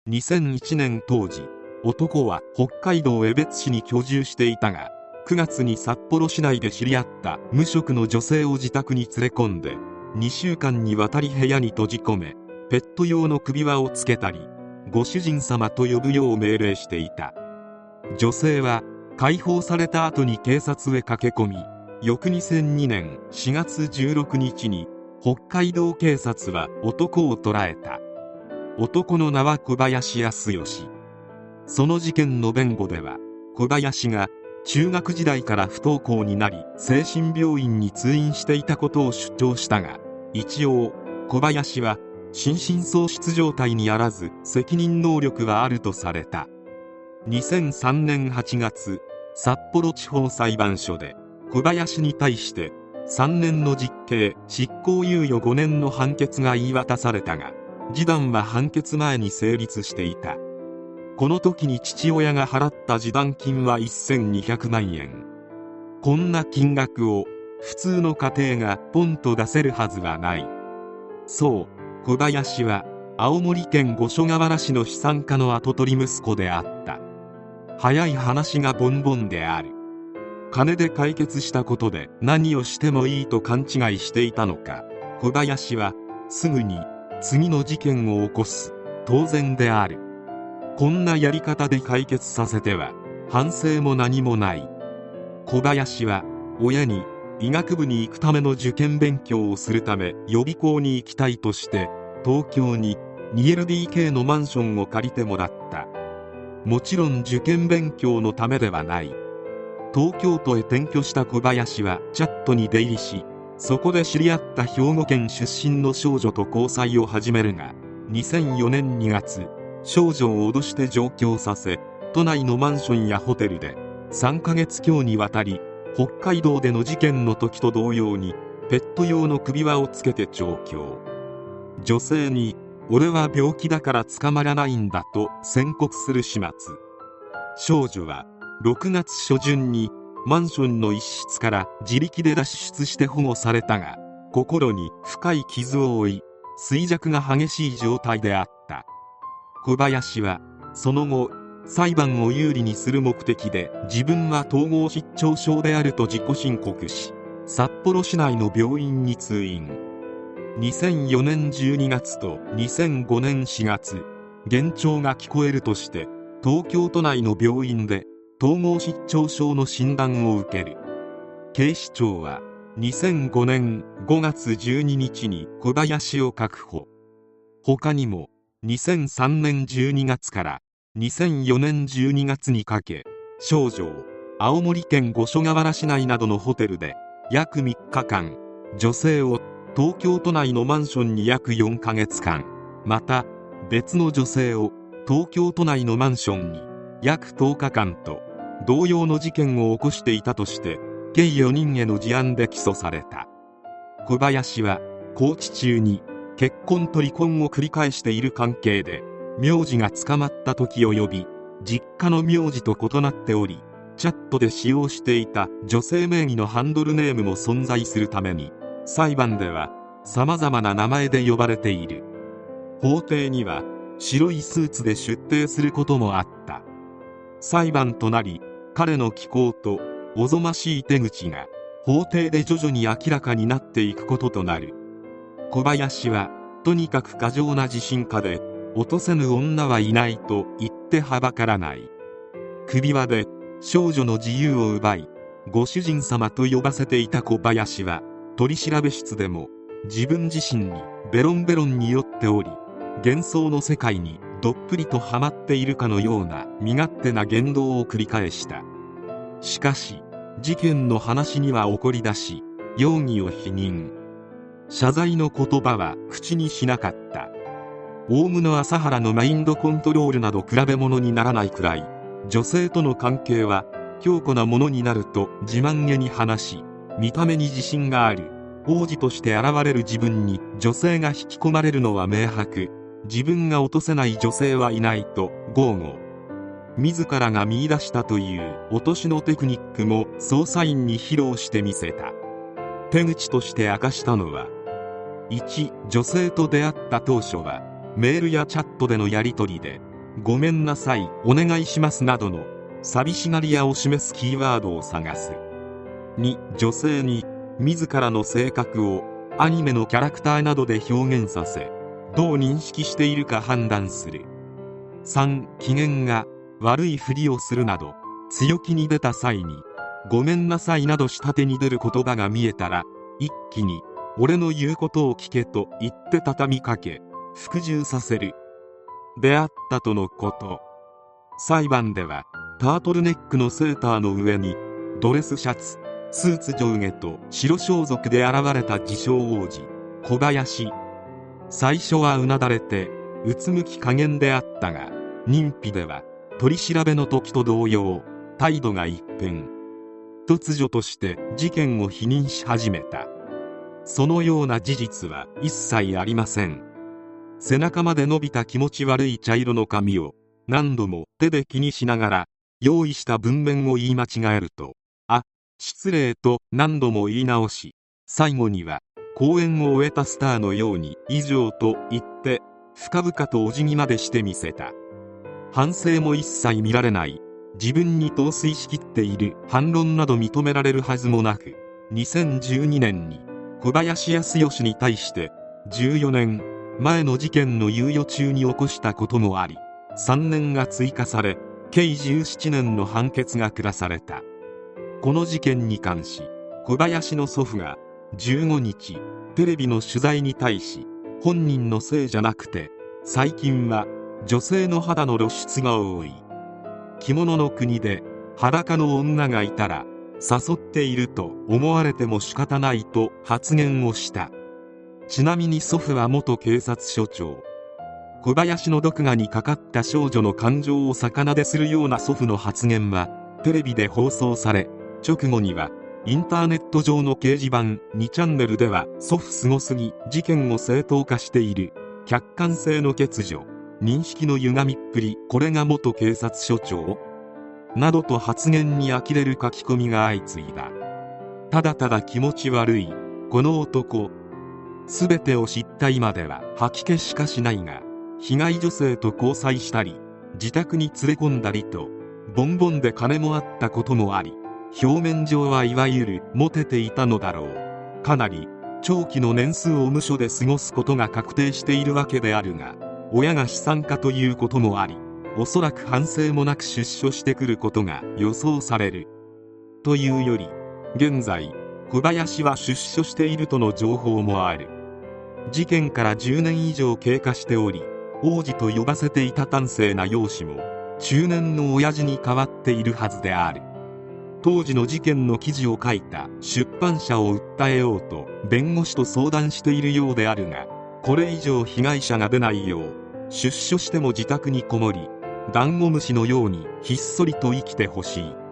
2001年当時、男は北海道江別市に居住していたが、9月に札幌市内で知り合った無職の女性を自宅に連れ込んで2週間にわたり部屋に閉じ込め、ペット用の首輪をつけたり、ご主人様と呼ぶよう命令していた。女性は解放された後に警察へ駆け込み、翌2002年4月16日に北海道警察は男を捕らえた。男の名は小林康義。その事件の弁護では、小林が中学時代から不登校になり精神病院に通院していたことを主張したが、一応小林は心神喪失状態にあらず責任能力はあるとされた。2003年8月、札幌地方裁判所で小林に対して3年の実刑執行猶予5年の判決が言い渡されたが、示談は判決前に成立していた。この時に父親が払った示談金は1200万円。こんな金額を普通の家庭がポンと出せるはずはない。そう、小林は青森県五所川原市の資産家の跡取り息子であった。早い話がボンボンである。金で解決したことで何をしてもいいと勘違いしていたのか、小林はすぐに次の事件を起こす。当然である。こんなやり方で解決させては反省も何もない。小林は親に医学部に行くための受験勉強をするため予備校に行きたいとして東京に 2LDK のマンションを借りてもらった。もちろん受験勉強のためではない。東京都へ転居した小林はチャットに出入りし、そこで知り合った兵庫県出身の少女と交際を始めるが、2004年2月、少女を脅して上京させ、都内のマンションやホテルで3ヶ月強にわたり、北海道での事件の時と同様にペット用の首輪をつけて調教。女性に俺は病気だから捕まらないんだと宣告する始末。少女は6月初旬にマンションの一室から自力で脱出して保護されたが、心に深い傷を負い衰弱が激しい状態であった。小林はその後、裁判を有利にする目的で自分は統合失調症であると自己申告し、札幌市内の病院に通院。2004年12月と2005年4月、幻聴が聞こえるとして東京都内の病院で統合失調症の診断を受ける。警視庁は2005年5月12日に小林を確保。他にも2003年12月から2004年12月にかけ、少女を青森県五所川原市内などのホテルで約3日間、女性を東京都内のマンションに約4ヶ月間、また別の女性を東京都内のマンションに約10日間と同様の事件を起こしていたとして計4人への事案で起訴された。小林は拘置中に結婚と離婚を繰り返している関係で、名字が捕まった時及び実家の名字と異なっており、チャットで使用していた女性名義のハンドルネームも存在するために、裁判では様々な名前で呼ばれている。法廷には白いスーツで出廷することもあった。裁判となり、彼の奇行とおぞましい手口が法廷で徐々に明らかになっていくこととなる。小林はとにかく過剰な自信家で、落とせぬ女はいないと言ってはばからない。首輪で少女の自由を奪い、ご主人様と呼ばせていた小林は取り調べ室でも自分自身にベロンベロンに酔っており、幻想の世界にどっぷりとはまっているかのような身勝手な言動を繰り返した。しかし事件の話には怒り出し、容疑を否認。謝罪の言葉は口にしなかった。オウムの朝原のマインドコントロールなど比べ物にならないくらい、女性との関係は強固なものになると自慢げに話し、見た目に自信がある王子として現れる自分に女性が引き込まれるのは明白。自分が落とせない女性はいないと豪語。自らが見出したという落としのテクニックも捜査員に披露してみせた。手口として明かしたのは、1、女性と出会った当初はメールやチャットでのやり取りで、 ごめんなさい、お願いしますなどの寂しがり屋を示すキーワードを探す。2、女性に自らの性格をアニメのキャラクターなどで表現させ、どう認識しているか判断する。3、機嫌が悪いふりをするなど強気に出た際にごめんなさいなど下手に出る言葉が見えたら、一気に俺の言うことを聞けと言って畳みかけ服従させる。であったとのこと。裁判ではタートルネックのセーターの上にドレスシャツ、スーツ上下と白装束で現れた自称王子小林。最初はうなだれてうつむき加減であったが、認否では取り調べの時と同様態度が一変、突如として事件を否認し始めた。そのような事実は一切ありません。背中まで伸びた気持ち悪い茶色の髪を何度も手で気にしながら用意した文面を言い間違えると、あ、失礼と何度も言い直し、最後には公演を終えたスターのように以上と言って深々とお辞儀までしてみせた。反省も一切見られない、自分に陶酔しきっている反論など認められるはずもなく、2012年に小林康義に対して14年前の事件の猶予中に起こしたこともあり、3年が追加され計17年の判決が下された。この事件に関し小林の祖父が15日テレビの取材に対し、本人のせいじゃなくて最近は女性の肌の露出が多い、着物の国で裸の女がいたら誘っていると思われても仕方ないと発言をした。ちなみに祖父は元警察署長。小林の毒牙にかかった少女の感情を逆なでするような祖父の発言はテレビで放送され、直後にはインターネット上の掲示板2チャンネルでは、祖父すごすぎ、事件を正当化している、客観性の欠如、認識の歪みっぷり、これが元警察署長などと発言に呆れる書き込みが相次いだ。ただただ気持ち悪いこの男、全てを知った今では吐き気しかしないが、被害女性と交際したり自宅に連れ込んだりとボンボンで金もあったこともあり、表面上はいわゆるモテていたのだろう。かなり長期の年数を無所で過ごすことが確定しているわけであるが、親が資産家ということもあり、おそらく反省もなく出所してくることが予想される。というより、現在小林は出所しているとの情報もある。事件から10年以上経過しており、王子と呼ばせていた端正な容姿も中年の親父に変わっているはずである。当時の事件の記事を書いた出版社を訴えようと弁護士と相談しているようであるが、これ以上被害者が出ないよう出所しても自宅にこもり、ダンゴムシのようにひっそりと生きてほしい。